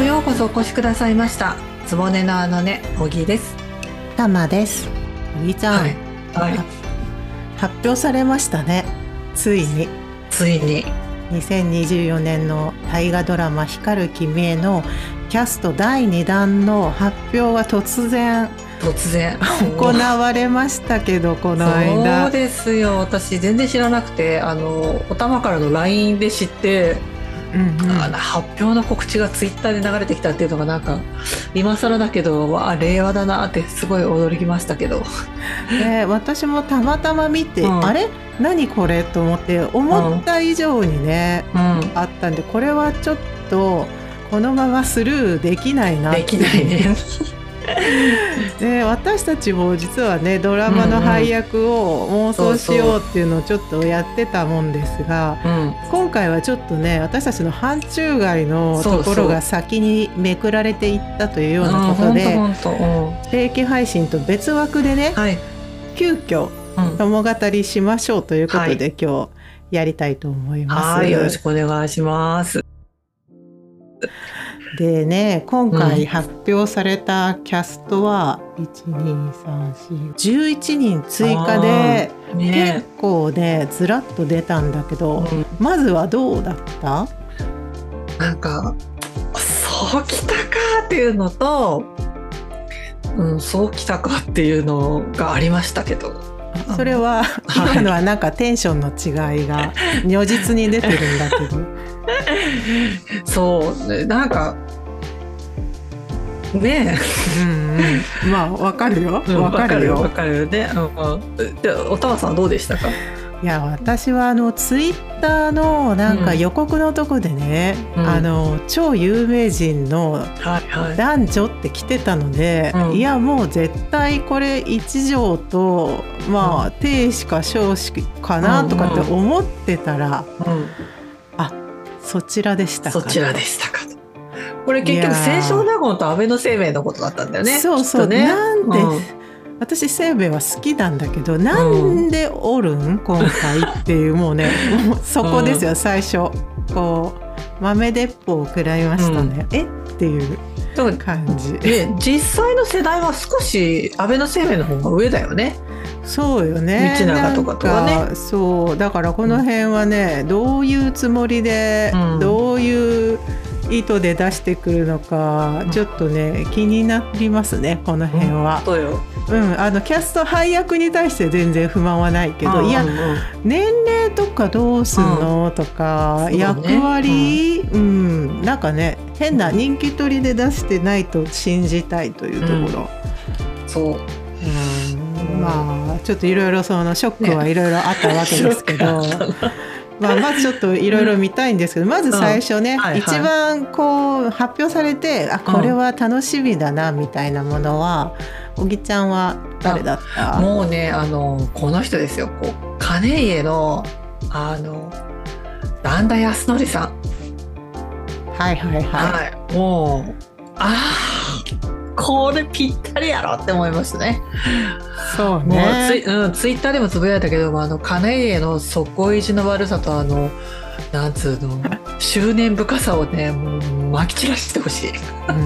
もようこそお越しくださいました。つぼねのあのね、小木です。 たまです。小木ちゃん、 はいはい、 発表されましたね。ついに2024年の大河ドラマ光る君へのキャスト第2弾の発表が突然行われましたけど、この間。 そうですよ。私全然知らなくて、おたまからの LINE で知って、発表の告知がツイッターで流れてきたっていうのがなんか今更だけど、令和だなってすごい驚きましたけど、 私もたまたま見て、あれ何これと思って思った以上にね、あったんで、これはちょっとこのままスルーできないなって。 できないねで、私たちも実はねドラマの配役を妄想しようっていうのをちょっとやってたもんですが、今回はちょっとね私たちの範疇外のところが先にめくられていったというようなことで、定期配信と別枠でね、急遽共語りしましょうということで、今日やりたいと思います。 よろしくお願いします。 でね、今回発表されたキャストは11人追加で、結構ねずらっと出たんだけど、まずはどうだった？ なんかそうきたかっていうのと、そうきたかっていうのがありましたけど、 それは今のはなんかテンションの違いが如実に出てるんだけどそうね、なんかねえ、まあわかるよ、わかるよね。で、おたまさんはどうでしたか？ いや、私はツイッターのなんか予告のとこでね、超有名人の男女って来てたので、いやもう絶対これ一条とまあ定子か少子かなとかって思ってたら、そちらでしたか。 そちらでしたか。これ結局清少納言と安倍晴明のことだったんだよね。 そうそうね。なんで、私清兵衛は好きなんだけど、なんでおるん今回っていう、もうねもうそこですよ、最初こう豆鉄砲を食らいましたね、っていう感じ。 実際の世代は少し安倍晴明の方が上だよね。 そうよね。 道長とかとはね。 そうだからこの辺はね、どういうつもりで、どういう意図で出してくるのか、ちょっとね気になりますね、この辺は。キャスト配役に対して全然不満はないけど、いや年齢とかどうすんの、とか役割、なんかね変な人気取りで出してないと信じたいというところ。まあちょっといろいろそのショックはいろいろあったわけですけど、まずちょっといろいろ見たいんですけど、まず最初ね、一番こう発表されて、これは楽しみだなみたいなものは、小木ちゃんは誰だった？ もうね、この人ですよ。金家の段田安則さん。もうこれぴったりやろって思いますね。 そうね。 もうツイッターでもつぶやいたけど、金家の底意地の悪さとなんつうの執念深さをね、もうまき散らしてほしい。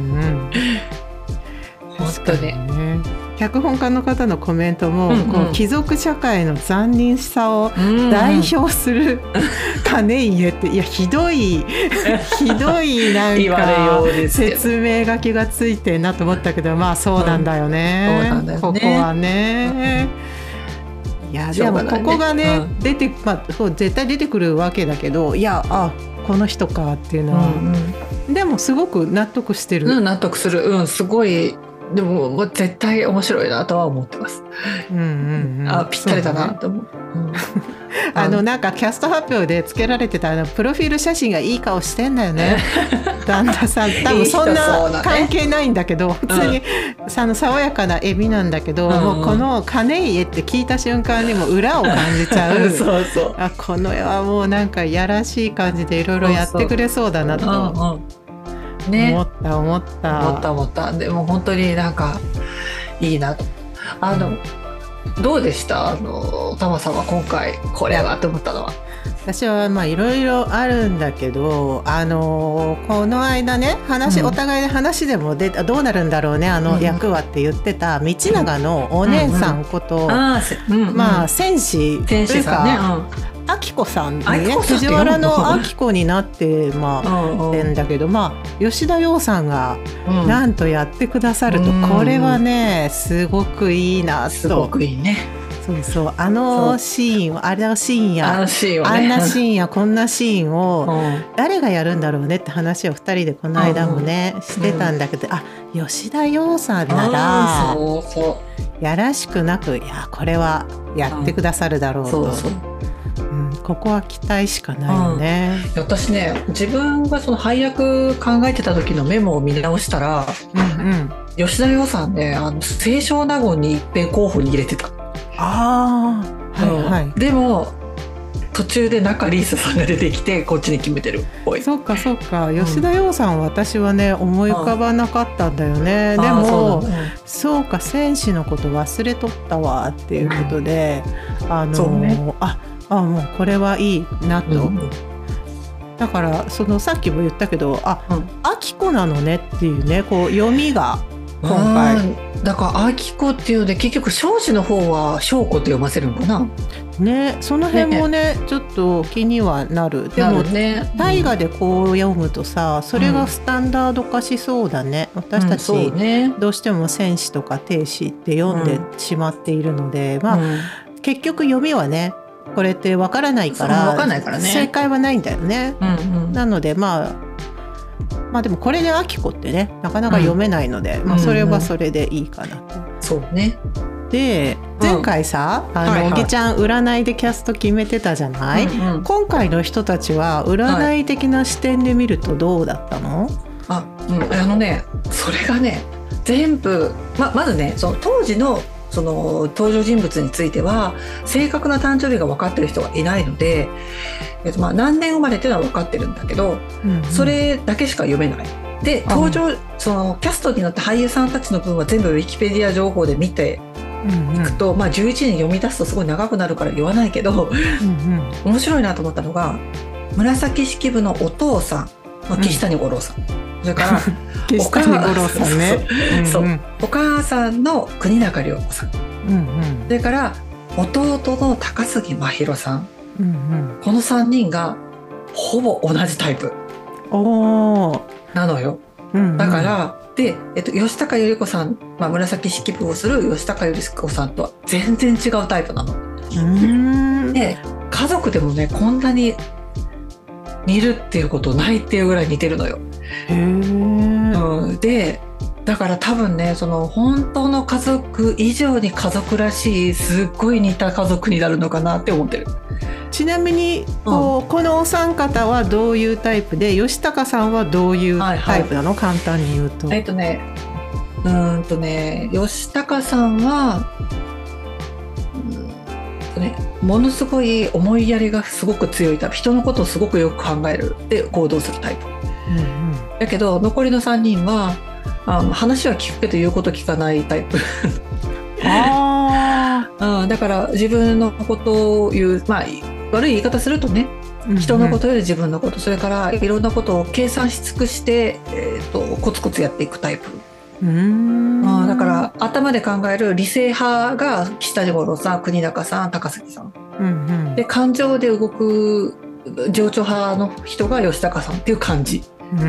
本当に。 脚本家の方のコメントも、こう貴族社会の残忍さを代表する金家って、いやひどいなんか説明書きがついてんなと思ったけど、まあそうなんだよね、ここはね。いやでもここがね出て、絶対出てくるわけだけど、いやこの人かっていうのは、でもすごく納得してる。 納得する。すごい。でも絶対面白いなとは思ってます。ぴったりだなと思う。 なんかキャスト発表でつけられてたプロフィール写真がいい顔してんだよね旦那さん。多分そんな関係ないんだけど、普通に爽やかなエビなんだけど、もうこの金家って聞いた瞬間にも裏を感じちゃうこの絵はもうなんかやらしい感じでいろいろやってくれそうだなと思った。 でも本当になんかいいなと。どうでした？タマさんは今回これやなって思ったのは。 私はいろいろあるんだけど、この間ねお互いで話でも出た、どうなるんだろうね役はって言ってた道長のお姉さんこと、戦士というか、明子さんにね、藤原の明子になってるんだけど、吉田羊さんがなんとやってくださると、これはねすごくいいなと。 すごくいいね。 そうシーンをあんなシーンやこんなシーンを誰がやるんだろうねって話を2人でこの間もねしてたんだけど、吉田羊さんならやらしくなく、いやこれはやってくださるだろうと。ここは期待しかないよね。 私ね、自分がその配役考えてた時のメモを見直したら、吉田羊さんね、清少納言に一遍候補に入れてた。でも途中で中里依紗さんが出てきてこっちに決めてるっぽい。 そうか吉田羊さんは私はね思い浮かばなかったんだよね。でもそうか、戦士のこと忘れとったわっていうことで、もうこれはいいなと、だからさっきも言ったけど明子なのねっていうね、こう読みが今回だから明子っていうので、結局彰子の方は彰子と読ませるのかなね。その辺もねちょっと気にはなる。でも大河でこう読むとさ、それがスタンダード化しそうだね。私たちどうしても戦士とか帝士って読んでしまっているので、結局読みはねこれって分からないから、正解はないんだよね。なのででもこれで明子ってねなかなか読めないので、それはそれでいいかなと。 そうね。 で前回さ小木ちゃん占いでキャスト決めてたじゃない、今回の人たちは占い的な視点で見るとどうだったの？ それがね全部まずね、その当時のその登場人物については正確な誕生日が分かってる人がいないので、何年生まれっていうのは分かってるんだけど、それだけしか読めない。で登場そのキャストになって俳優さんたちの分は全部ウィキペディア情報で見ていくと、11人読み出すとすごい長くなるから言わないけど、面白いなと思ったのが、紫式部のお父さん、岸谷五郎さん、それから岸谷五郎さんねお母さんの国中涼子さん、それから弟の高杉真宙さん、この3人がほぼ同じタイプなのよ。だからで、吉高由里子さん、紫式部をする吉高由里子さんとは全然違うタイプなの。で家族でもねこんなに似るっていうことないっていうぐらい似てるのよ。でだから多分ね、その本当の家族以上に家族らしいすっごい似た家族になるのかなって思ってる。 ちなみにこのお三方はどういうタイプで、吉高さんはどういうタイプなの？簡単に言うと。 吉高さんはものすごい思いやりがすごく強いタイプ、人のことをすごくよく考えるで行動するタイプ、だけど残りの3人は話は聞くけど言うこと聞かないタイプだから自分のことを言う、悪い言い方するとね、人のことより自分のこと、それからいろんなことを計算し尽くして、コツコツやっていくタイプ。だから頭で考える理性派が岸谷五郎さん、国中さん、高杉さん、で感情で動く情緒派の人が吉高さんっていう感じ。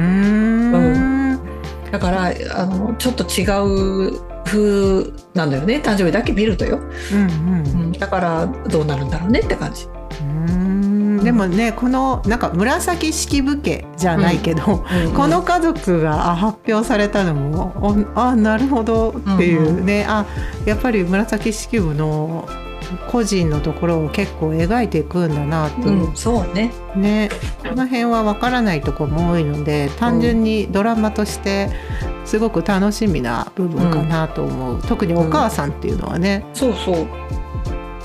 だからちょっと違う風なんだよね、誕生日だけ見るとよ、だからどうなるんだろうねって感じ。 でもね、このなんか紫式部家じゃないけど、この家族が発表されたのもなるほどっていうね、やっぱり紫式部の個人のところを結構描いていくんだなと、 そうね、 この辺は分からないところも多いので、単純にドラマとしてすごく楽しみな部分かなと思う、特にお母さんっていうのはね、 そう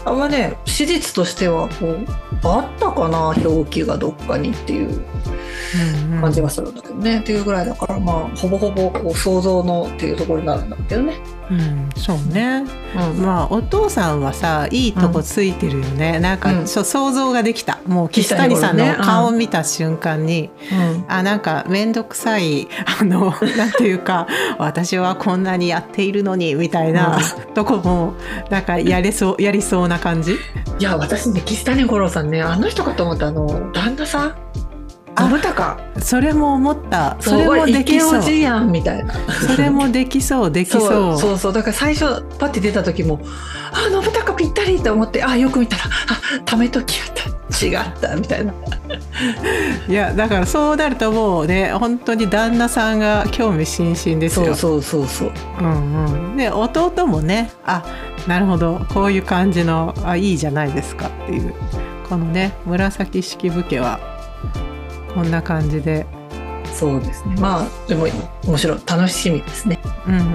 史実としてはこうあったかな、表記がどっかにっていう感じがするんだけどね、っていうぐらいだから、まあほぼほぼこう想像のっていうところになるんだけどね。 そうね、まあお父さんはさいいとこついてるよね、なんか想像ができた。もう岸谷さんの顔を見た瞬間に、なんか面倒くさいなんていうか私はこんなにやっているのにみたいな、とこもなんかやりそうな感じ。 いや私ね岸谷五郎さんね、あの人かと思った。旦那さん信孝、 それも思った。それもできそう。 イケオジやんみたいな。 それもできそうできそう。 そうだから最初パッて出た時も信孝ぴったりと思って、よく見たらためときやった違ったみたいな。 いやだからそうなるともうね本当に旦那さんが興味津々ですよ。 そう。 で弟もねなるほどこういう感じのいいじゃないですかっていう、このね紫式部家はこんな感じで。 そうですね。まあでも面白い楽しみですね。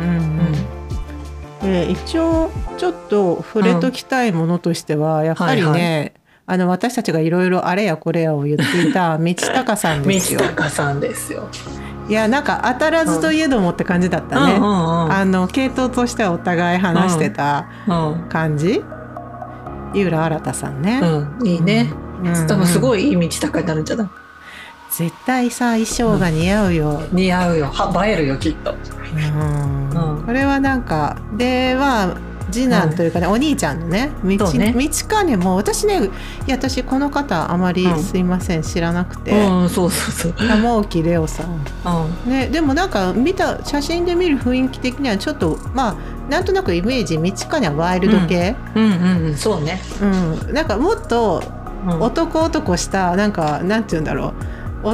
一応ちょっと触れときたいものとしては、やっぱりね、私たちがいろいろあれやこれやを言っていた道隆さんですよ。 道隆さんですよ。 いやなんか当たらずといえどもって感じだったね。系統としてはお互い話してた感じ。井浦新さんね。 いいね。多分すごいいい道隆になるんじゃない？ 絶対さ衣装が似合うよ。 似合うよ。映えるよきっと。 これはなんかでは次男というかね、お兄ちゃんのね道兼も私ね私この方あまりすいません知らなくて、玉置レオさん、ね、でもなんか写真で見る雰囲気的にはちょっとまあなんとなくイメージ道兼はワイルド系、 そうね、 なんかもっと男したなんかなんて言うんだろう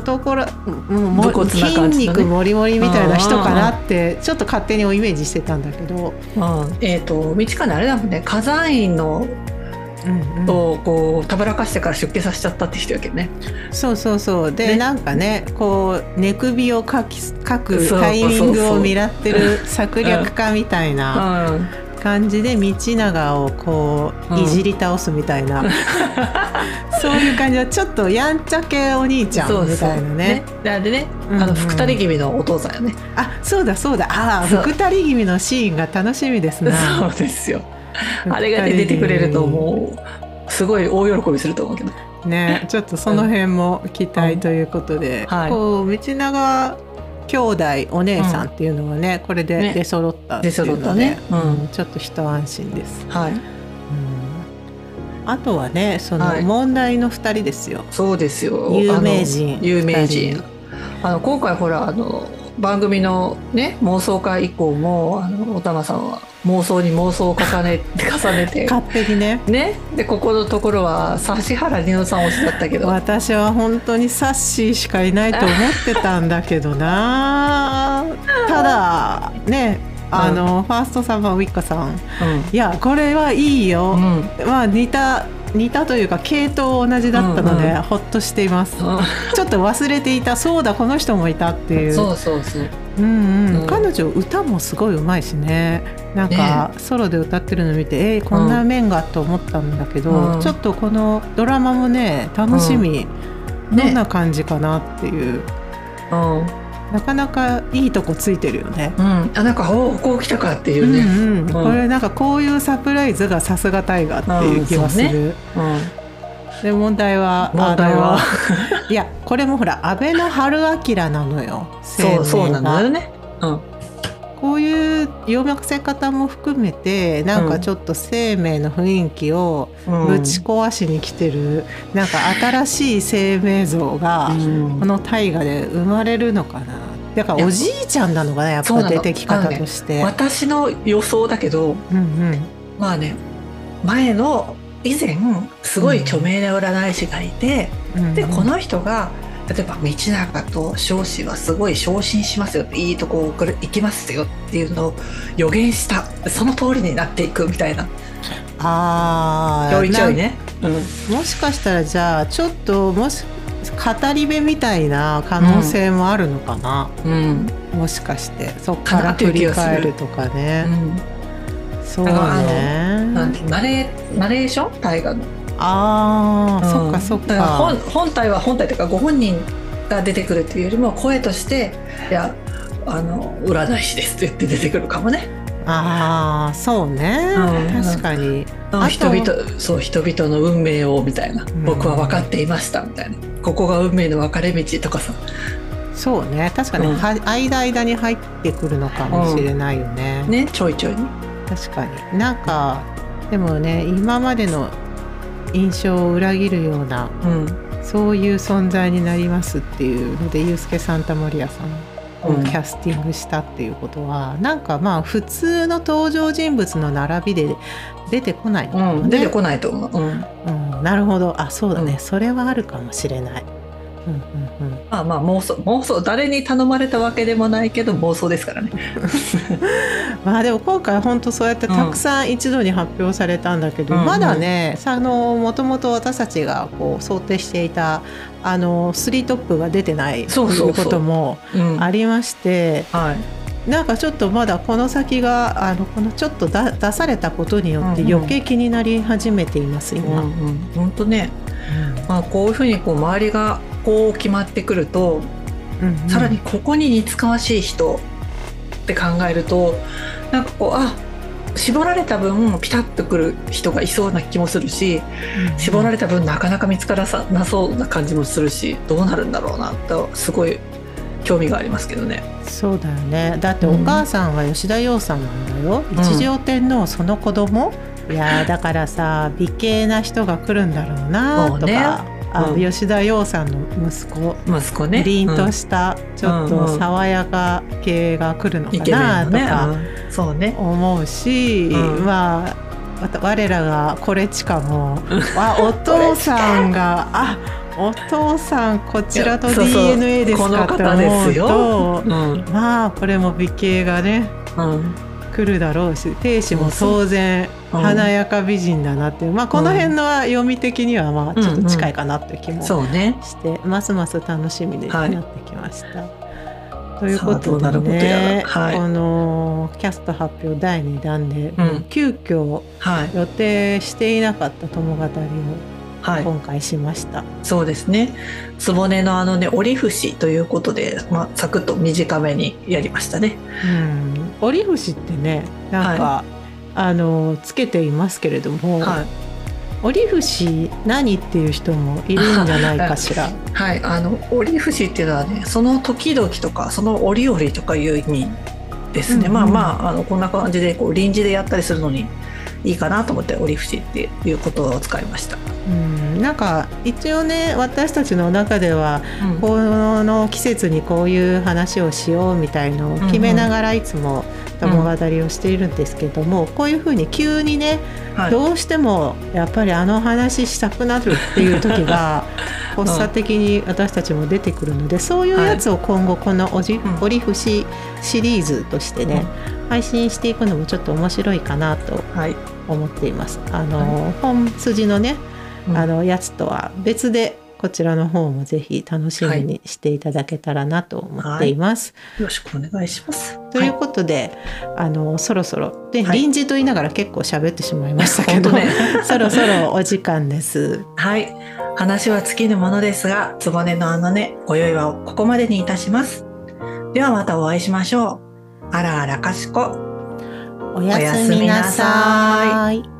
筋肉もりもりみたいな人かなってちょっと勝手にイメージしてたんだけど、 道兼あれだもんね、火山院のをこうたぶらかしてから出家させちゃったって人やけどね。 そうで、なんかねこう寝首をかくタイミングを狙ってる策略家みたいな感じで道長をこういじり倒すみたいな、そういう感じはちょっとやんちゃ系お兄ちゃんみたいなね。 でね、福谷君のお父さんやね。 そうだ福谷君のシーンが楽しみですね。 そうですよ。あれが出てくれるともうすごい大喜びすると思うけどね。ちょっとその辺も期待ということで、こう道長兄弟お姉さんっていうのはね、これで出揃ったっていうので、ちょっと一安心です。あとはねその問題の2人ですよ。 そうですよ。 有名人。 今回ほら番組のね妄想会以降もおたまさんは妄想に妄想を重ねて勝手にねでここのところは指原莉乃さん推しだったけど、 私は本当にサッシーしかいないと思ってたんだけどなただねファーストサマーウイカさん、いやこれはいいよ、まあ似たというか系統同じだったので、ほっとしています、ちょっと忘れていた、そうだこの人もいたっていう。彼女歌もすごいうまいしね、なんかソロで歌ってるの見てこんな面がと思ったんだけど、ちょっとこのドラマもね楽しみ、どんな感じかなっていう、なかなかいいとこついてるよね。 なんかこう来たかっていうね、 これなんかこういうサプライズがさすが大河っていう気はする。で問題はいやこれもほら安倍の春明なのよ。 そうなのよね。 こういう読ませ方も含めてなんかちょっと生命の雰囲気をぶち壊しに来てる、なんか新しい生命像がこの大河で生まれるのかな。だからおじいちゃんなのかな、やっぱ出てき方として。 私の予想だけど、まあね以前すごい著名な占い師がいて、でこの人が例えば道長と彰子はすごい昇進しますよ、いいとこ行きますよっていうのを予言した、その通りになっていくみたいな。ちょいちょいね、 もしかしたらじゃあちょっと語り部みたいな可能性もあるのかな、もしかしてそっから振り返るとかね。そうね、 ナレーション大河のそっか本体は本体というかご本人が出てくるっていうよりも声としていや占い師ですって言って出てくるかもね。 ああそうね、確かに人々の運命をみたいな、僕は分かっていましたみたいな、ここが運命の分かれ道とかさ。 そうね、確かに、間に入ってくるのかもしれないよね。 ね、ちょいちょいね。 確かになんかでもね、今までの印象を裏切るような、そういう存在になりますっていうのでユースケ・サンタマリアさんをキャスティングしたっていうことは、なんかまあ普通の登場人物の並びで出てこないのね、 出てこないと思う。 なるほど、あそうだね、それはあるかもしれない。 まあ妄想、誰に頼まれたわけでもないけど妄想ですからね。 まあでも今回本当そうやってたくさん一度に発表されたんだけど、まだねもともと私たちがこう想定していた3トップが出てないということもありまして、なんかちょっとまだこの先がこのちょっと出されたことによって余計気になり始めています、今。 本当ね、まあ、こういうふうにこう周りがこう決まってくると、さらにここに似つかわしい人って考えると、なんかこう絞られた分ピタッとくる人がいそうな気もするし、絞られた分なかなか見つからなそうな感じもするし、どうなるんだろうなとすごい興味がありますけどね。 そうだよね。だってお母さんは吉田羊さんなんだよ、一条天皇その子供。いやだからさ、美形な人が来るんだろうなとか、吉田羊さんの息子ね、凛としたちょっと爽やか系が来るのかなとか思うし、まあ我らがこれちかもお父さんがお父さんこちらと DNA ですかって思うと、まあこれも美形がね、来るだろうし、亭主も当然華やか美人だなっていう、まあこの辺の読み的にはまあちょっと近いかなって気もして、ますます楽しみになってきました。ということでね、このキャスト発表第2弾で、急遽予定していなかった共語りを今回しました。 そうですね。局の折節ということで、サクッと短めにやりましたね。 折節ってね、なんか、つけていますけれども、折節何っていう人もいるんじゃないかしら。折節っていうのはね、その時々とかその折々とかいう意味ですね。こんな感じでこう臨時でやったりするのにいいかなと思って折節っていう言葉を使いました。 なんか一応ね、私たちの中では、この季節にこういう話をしようみたいのを決めながらいつも共語りをしているんですけども、こういうふうに急にね、どうしてもやっぱり話したくなるっていう時が発作的に私たちも出てくるので、そういうやつを今後この折節シリーズとしてね、配信していくのもちょっと面白いかなと思っています。本筋のねやつとは別でこちらの方もぜひ楽しみにしていただけたらなと思っています。 よろしくお願いします。 ということで、そろそろで、臨時と言いながら結構喋ってしまいましたけど、そろそろお時間です。 話は尽きぬものですが、局の今宵はここまでにいたします。ではまたお会いしましょう。あらあらかしこ。 おやすみなさい。